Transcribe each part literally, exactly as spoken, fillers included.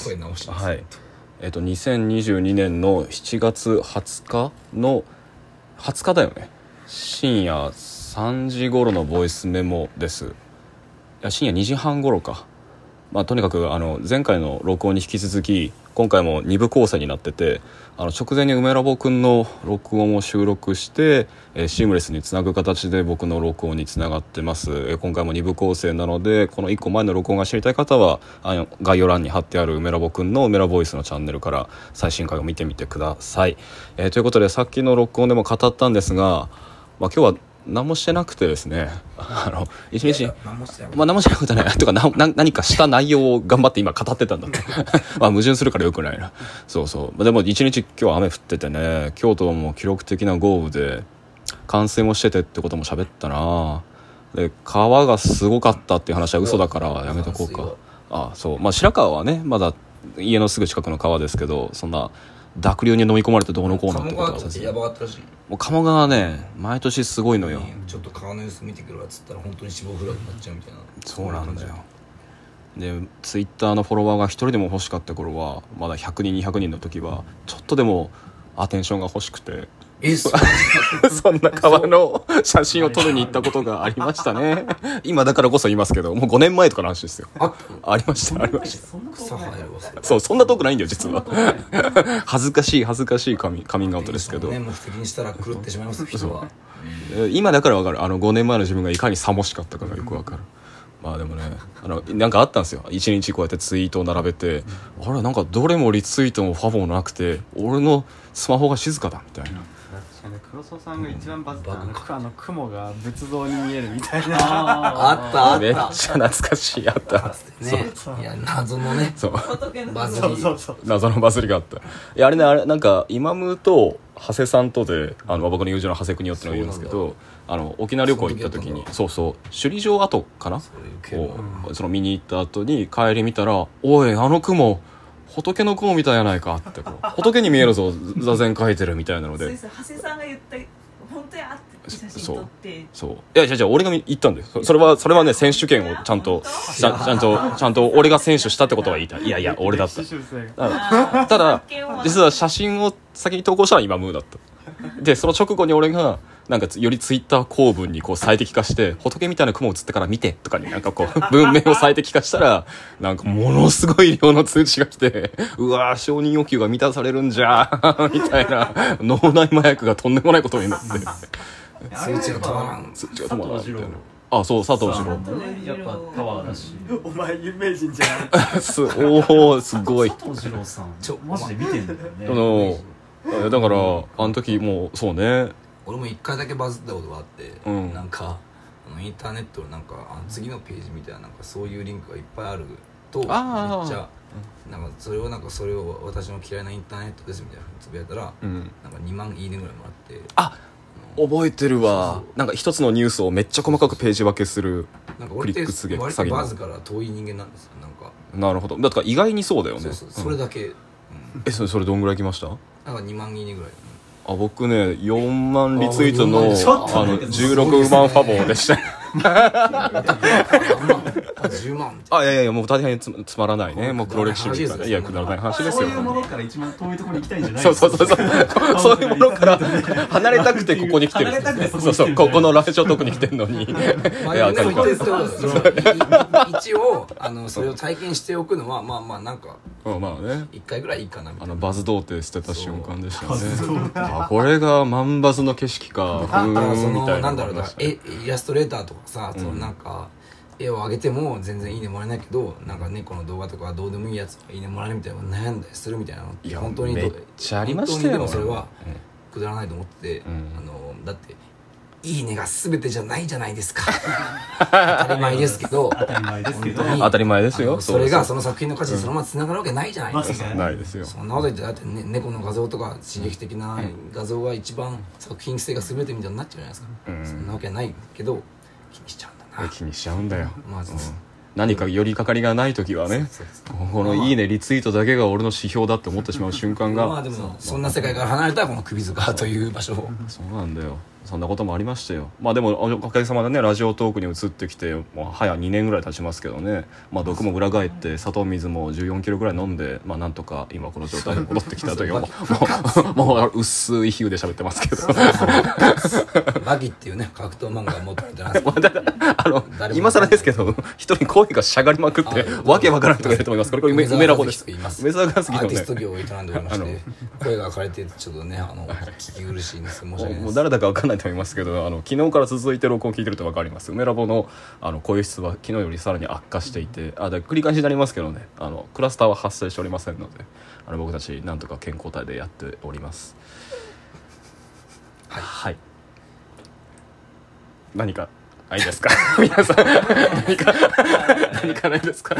声直しはい、えっとにせんにじゅうにねんのしちがつはつかのはつかだよね、深夜さんじ頃のボイスメモです。いや深夜にじはん頃か。まあ、とにかくあの前回の録音に引き続き今回もに部構成になってて、あの直前に梅ラボくんの録音を収録して、えー、シームレスにつなぐ形で僕の録音につながってます。えー、今回もに部構成なので、このいっこまえの録音が知りたい方はあの概要欄に貼ってある梅ラボくんの梅ラボイスのチャンネルから最新回を見てみてください。えー、ということでさっきの録音でも語ったんですが、まあ、今日は何もしてなくてですね、あの一日何もしてなまあ何もしてなくてねとかなな何かした内容を頑張って今語ってたんだってまあ矛盾するからよくないな。そうそうでも一日今日雨降っててね、京都も記録的な豪雨で冠水もしててってことも喋ったな。で川がすごかったっていう話は嘘だからやめとこうか。ああそうまあ白川はねまだ家のすぐ近くの川ですけど、そんな濁流に飲み込まれてどうのこうのってことはさすがにやばかったらしい。 もう鴨川ね毎年すごいのよ。 ちょっと川の様子見てくるわっつったら本当に死亡フラグになっちゃうみたいな。 そうなんだよ。でツイッターのフォロワーが一人でも欲しかった頃は、まだひゃくにんにひゃくにんの時はちょっとでもアテンションが欲しくてえそそんな川の写真を撮りに行ったことがありましたね今だからこそ言いますけど、もうごねんまえとかの話ですよ。 あありましたありました。 草生えるわそれ。 そうそんな遠くないんだよ実は恥ずかしい恥ずかしいカミカミングアウトですけど、 ね、もう責任したら狂ってしまいます人は。 今だから分かる。あのごねんまえの自分がいかにさもしかったかがよく分かる。まあでもね、あのなんかあったんですよ。一日こうやってツイートを並べて、あれなんかどれもリツイートもファボもなくて俺のスマホが静かだみたいな。 確かに黒沢さんが一番バズったのはあの雲が仏像に見えるみたいなあったあっためっちゃ懐かしい。あったね。いや謎のねそうバズり。 そうそうそう謎のバズりがあった。いやあれね、あれなんかイマムと長谷さんとで、あの僕の友人の長谷邦夫っていうのがいるんですけど、あの沖縄旅行行った時にそうそう首里城跡かなをその見に行った後に帰り見たら、おいあの雲仏の雲みたいやないかってこう仏に見えるぞ座禅書いてるみたいなのでそう長谷さんが言った本当やって写真撮ってそういやじゃじゃ俺が言ったんです。そそれはそれはね選手権をちゃんとちゃちゃんとちゃんと俺が選手したってことは言いたい。いやいや俺だった。ただただ実は写真を先に投稿したのは今ムーだった。でその直後に俺がなんかよりツイッター構文にこう最適化して仏みたいな雲映ってから見てとかになんかこう文明を最適化したらなんかものすごい量の通知が来て、うわー承認欲求が満たされるんじゃみたいな脳内麻薬がとんでもないことになって数値が止まらん。 通知が止まらんみたいな。あそう佐藤二郎やっぱタワーだし。 お前有名人じゃないすおおすごい。 佐藤二郎さんちょマジで見てんだよあね。 のだからあの時もうそうね俺も一回だけバズったことがあって、 うんなんかあのインターネットのなんかあの次のページみたいななんかそういうリンクがいっぱいあるとめっちあーゃなんかそれをなんかそれを私の嫌いなインターネットですみたいなふうにつぶやいたら、 うんなんかにまんいいねぐらいもらって、 あ覚えてるわ。なんか一つのニュースをめっちゃ細かくページ分けする。 なんか俺ってクリックすげえ割詐欺のとバズから遠い人間なんですよ。なんかなるほど。だから意外にそうだよね。 そうそううんそれだけ、うん、 えそれそれどんぐらい来ました？ なんかにまんいいねぐらい。 あ僕ねよんまんリツイートのあちょっとあのじゅうろくまんファボでしたあじゅうまんあいやいやいやもう大変つつまらないね。もう黒歴史みたいな。いやくだらない話ですよ。 そういうものから一番遠いところに行きたいんじゃないそうそうそうそうそういうものから離れたくてここに来てる。 離れたくてそうそうここのラジオトークに来てるのに。いまあやでもわかる言ってるってことですよ。一応あのそれを体験しておくのはまあまあなんかまあまあね。 一回ぐらいいいかなみたいな。 あのバズ童貞捨てた瞬間でしたよね。あこれが万バズの景色かふあのそーんみたいなのなんだろうなのがありましたえイラストレーターとかさ、そのなんか絵を上げても全然いいねもらえないけど、なんか猫の動画とかはどうでもいいやつはいいねもらえるみたいなの悩んだりするみたいなのっていや本当にめっちゃありましたよ。 本当にでもそれはうんくだらないと思ってて、 んあのだっていいねが全てじゃないじゃないですか当たり前ですけど当たり前ですけど本当に当たり前ですよ。 あのそれがそのの作品の価値にそのまま繋がるわけないじゃないですか。 ないですよ。 そんなこと言ってだって、ね、猫の画像とか刺激的な画像が一番作品性が優れてるみたいになっちゃうじゃないですか、 うんそんなわけないけど気にしちゃうんだな。 気にしちゃうんだよ。 まず、 うん何か寄りかかりがない時はね、 そうそうこのいいねリツイートだけが俺の指標だって思ってしまう瞬間が、 まあでもそんな世界から離れたこの首塚という場所をそうなんだよ。 そんなこともありましたよ。まあでもおかげさまでねラジオトークに移ってきてもう早にねんぐらい経ちますけどね、まあ毒も裏返って砂糖水もじゅうよんキロぐらい飲んで、まあなんとか今この状態に戻ってきたというもうもう薄い比喩で喋ってますけどバキっていうね格闘漫画を持ってたんですけどあの今更ですけど一人声がしゃがりまくってわけわからん人がいると思います。これこれ梅梅ラボです。梅沢和樹のアーティストね業を営んでおりまして声が枯れてちょっとねあの聞き苦しいんですけど申し訳ないです。 もう誰だかわかんないと思いますけど、あの昨日から続いて録音を聞いてるとわかります。梅ラボのあの声質は昨日よりさらに悪化していて、あだ繰り返しになりますけどね、あのクラスターは発生しておりませんので、あの僕たちなんとか健康体でやっております。はい、はい、何かないですか皆さん何か何かないですか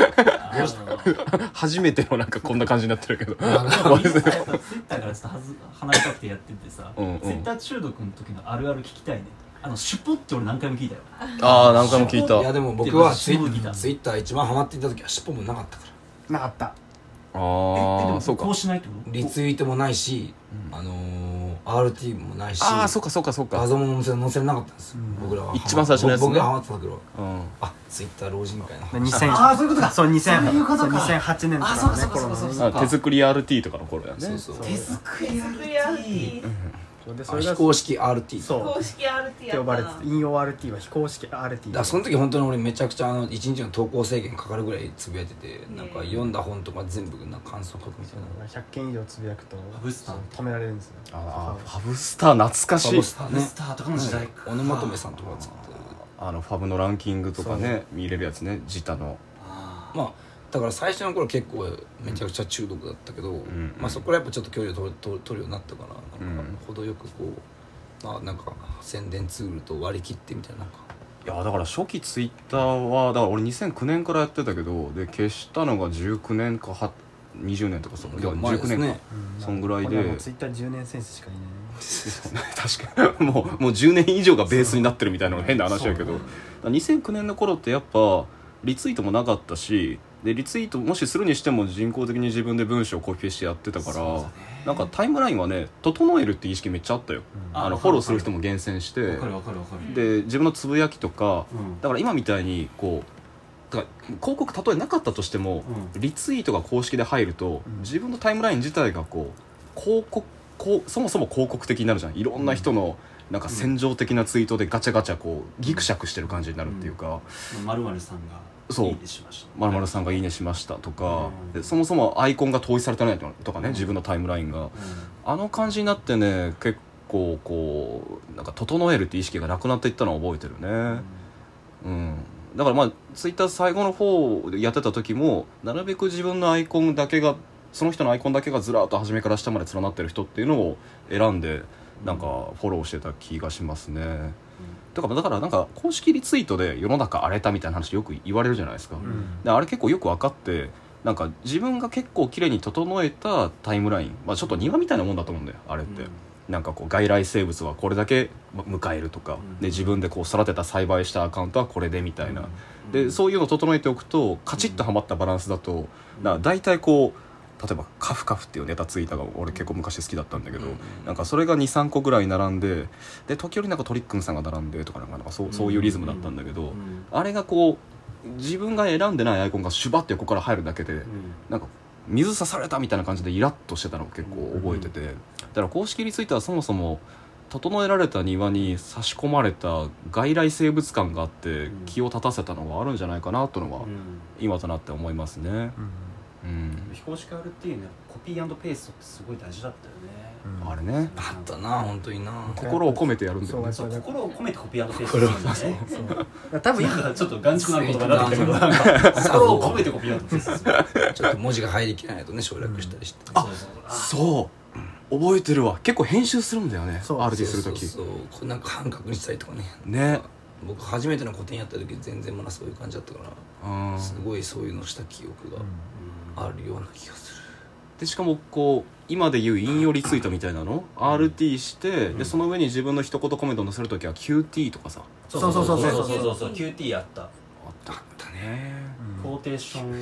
初めてのなんかこんな感じになってるけどツイッターからちょっとはず離れたくてやっててさ、 うんうんツイッター中毒の時のあるある聞きたいね。あのシュポって俺何回も聞いたよ。 ああ何回も聞いた。 いやでも僕はツイでもシュポツイッター一番ハマっていた時はシュポもなかったからなかったあええでもあそうかこうしないってこと？ リツイートもないし、 うんあのー、アールティー もないしああそうかそうかそうか画像も載せ載せれなかったんですよ、 うん僕らは一番最初のやつね僕がハマってた頃うんあツイッター老人会のにせんああそういうことか。 そうにせんそういうことかそうにせんはちねんとかあそうかのねそうかそうかそうか頃のねあ手作り アールティー とかの頃やね。 そうそう手作り手作り アールティーあ非そうでそれが公式 アールティーそう公式 アールティーって呼ばれてやったて引用 アールティー は非公式 アールティーだからその時本当に俺めちゃくちゃあのいちにちの投稿制限かかるぐらいつぶやいててなんか読んだ本とか全部なんか感想書くみたいなひゃっけん以上つぶやくとブスター止められるんですよ。 あーファブスター懐かしい。 ファブスターねスターとかの時代か。 小野まとめさんとかが作ってあのファブのランキングとかね見れるやつねジタの。 あまあだから最初の頃結構めちゃくちゃ中毒だったけど、 んまあそこからやっぱちょっと距離を取る取る取るようになったからなんかうん程よくこうまあなんか宣伝ツールと割り切ってみたいななんかいやだから初期ツイッターはだから俺にせんきゅうねんからやってたけどで消したのがじゅうきゅうねんかはにじゅうねんとかそういや前ですねじゅうきゅうねんかうんそんぐらいでこれはもうツイッターじゅうねん選手しかいない確かにもうもうじゅうねん以上がベースになってるみたいなのが変な話だけど、にせんきゅうねんの頃ってやっぱリツイートもなかったしでリツイートもしするにしても人工的に自分で文章をコピペしてやってたから、なんかタイムラインはね整えるって意識めっちゃあったよ、 うんあのフォローする人も厳選してわかるわかるわかる。 で自分のつぶやきとかうんだから今みたいにこうだから広告たとえなかったとしても、 うリツイートが公式で入ると、 うん自分のタイムライン自体がこう広告こうそもそも広告的になるじゃん。いろんな人のなんか戦場的なツイートでガチャガチャこうギクシャクしてる感じになるっていうか、 まるまるさんがそういいねしました。 まるまるさんがいいねしましたとか、 うんでそもそもアイコンが統一されてないとかね、自分のタイムラインがあの感じになってね結構こうなんか整えるって意識がなくなっていったのは覚えてるね。うん、だからまあツイッター最後の方でやってた時もなるべく自分のアイコンだけがその人のアイコンだけがずらっと初めから下まで連なってる人っていうのを選んでなんかフォローしてた気がしますね。だからだからなんか公式リツイートで世の中荒れたみたいな話よく言われるじゃないですか。であれ結構よく分かってなんか自分が結構綺麗に整えたタイムライン、まあ、ちょっと庭みたいなもんだと思うんだよあれって。なんかこう外来生物はこれだけ迎えるとか、 うんで自分でこう育てた栽培したアカウントはこれでみたいな、でそういうのを整えておくとカチッとはまったバランスだと、だ大体こう例えばカフカフっていうネタついたが俺結構昔好きだったんだけど、なんかそれが にさんこぐらい並んでで時折なんかトリックンさんが並んでとかなんかなんかそうそういうリズムだったんだけど、あれがこう自分が選んでないアイコンがシュバッて横から入るだけで、なんか水刺されたみたいな感じでイラッとしてたのを結構覚えてて、だから公式リツイートはそもそも整えられた庭に差し込まれた外来生物感があって気を立たせたのがあるんじゃないかなというのは今となって思いますね。うん非公式 アールティー のコピー&ペーストってすごい大事だったよね。 あれねあったな本当にな心を込めてやるんだよね。 そうそう心を込めてコピー&ペーストするんだね。 そう多分なんかちょっと眼蓄なる言葉になってきたけど、なんか心を込めてコピー&ペーストする。 ちょっと文字が入りきらないとね省略したりして、 あそう覚えてるわ。結構編集するんだよねそうアールティー するときそうそうそうこうなんか半角にしたりとかねね。 僕初めての個展やった時全然まだそういう感じだったからうんすごいそういうのした記憶があるような気がする。 でしかもこう今でいう引用リツイートみたいなの アールティー して、でその上に自分の一言コメント載せるときは キューティー とかさそうそうそうそうそうそうそう キューティー あった。 あったね。 コーテーション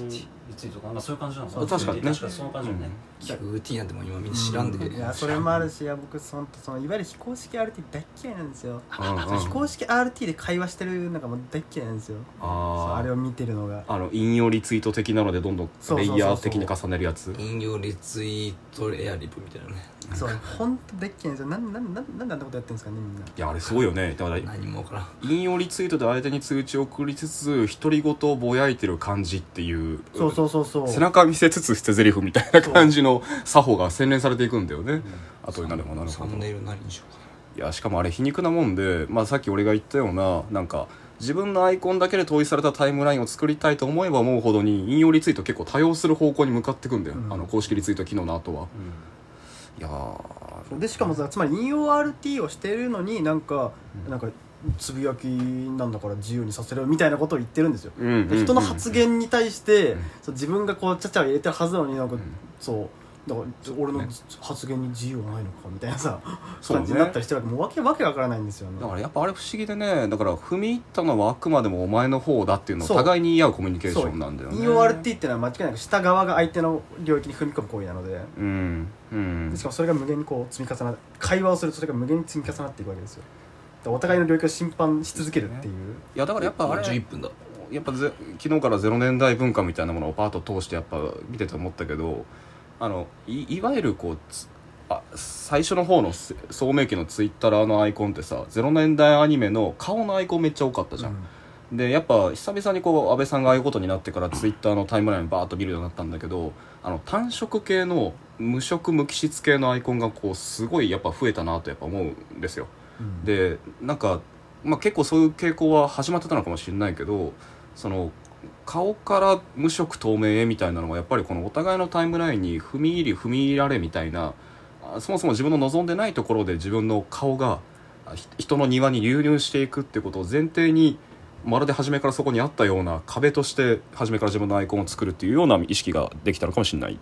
ツイートとかなんかそういう感じなのかな。 確かにね確かにその感じよね。 キューティーなんてもう今みんな知らんで、 いやそれもあるし、いや僕そのそのいわゆる非公式 アールティー 大っ嫌いなんですよ。 うんうん非公式 アールティー で会話してるのがもう大っ嫌いなんですよ。そうあーあれを見てるのが。 あの引用リツイート的なのでどんどんレイヤー的に重ねるやつ。 引用リツイートエアリプみたいなね。 そう本当大っ嫌いなんですよ。なんなんなんなんであんなことやってるんですかねみんな。 いやあれすごいよね。だから何も分からん。 引用リツイートで相手に通知を送りつつ独り言をぼやいてる感じっていう、 そうそうそうそう。 背中見せつつ捨て台詞みたいな感じの作法が洗練されていくんだよね、後になればなるほど。 サムネイル何にしようかいやしかもあれ皮肉なもんで、まあ、さっき俺が言ったようななんか自分のアイコンだけで統一されたタイムラインを作りたいと思えば思うほどに引用リツイート結構多用する方向に向かっていくんだよ、 うんあの公式リツイート機能の後は、いやーでしかもさつまり引用 アールティー をしてるのになんか、なんかつぶやきなんだから自由にさせるみたいなことを言ってるんですよ、 うんうんうんで人の発言に対して、 うんそう自分がこうちゃちゃを入れてるはずなのになんか、 んそうだから俺のね発言に自由はないのかみたいなさ、 そうね感じになったりしてるわけもうわけわけわからないんですよね。 だからやっぱあれ不思議でね、だから踏み入ったのはあくまでもお前の方だっていうのをそう互いに言い合うコミュニケーションなんだよね。 引用 アールティー っていうのは間違いなく下側が相手の領域に踏み込む行為なので、 うんうんでしかもそれが無限にこう積み重なる、会話をするとそれが無限に積み重なっていくわけですよ。だからお互いの領域を侵犯し続けるっていう、 いやだからやっぱあれじゅういっぷんだ。 やっぱぜ昨日からゼロねんだい文化みたいなものをパーッと通してやっぱ見てて思ったけど、あの い, いわゆるこうつあ最初の方のせ聡明期のツイッターのアイコンってさゼロねんだいアニメの顔のアイコンめっちゃ多かったじゃん、でやっぱ久々にこう安倍さんがああいうことになってからツイッターのタイムラインバーッと見るようになったんだけど、あの単色系の無色無機質系のアイコンがこうすごいやっぱ増えたなとやっぱ思うんですよ、 うんでなんか、まあ、結構そういう傾向は始まってたのかもしれないけど、その顔から無色透明へみたいなのがやっぱりこのお互いのタイムラインに踏み入り踏み入られみたいな、あそもそも自分の望んでないところで自分の顔がひ人の庭に流入していくってことを前提にまるで初めからそこにあったような壁として初めから自分のアイコンを作るっていうような意識ができたのかもしれない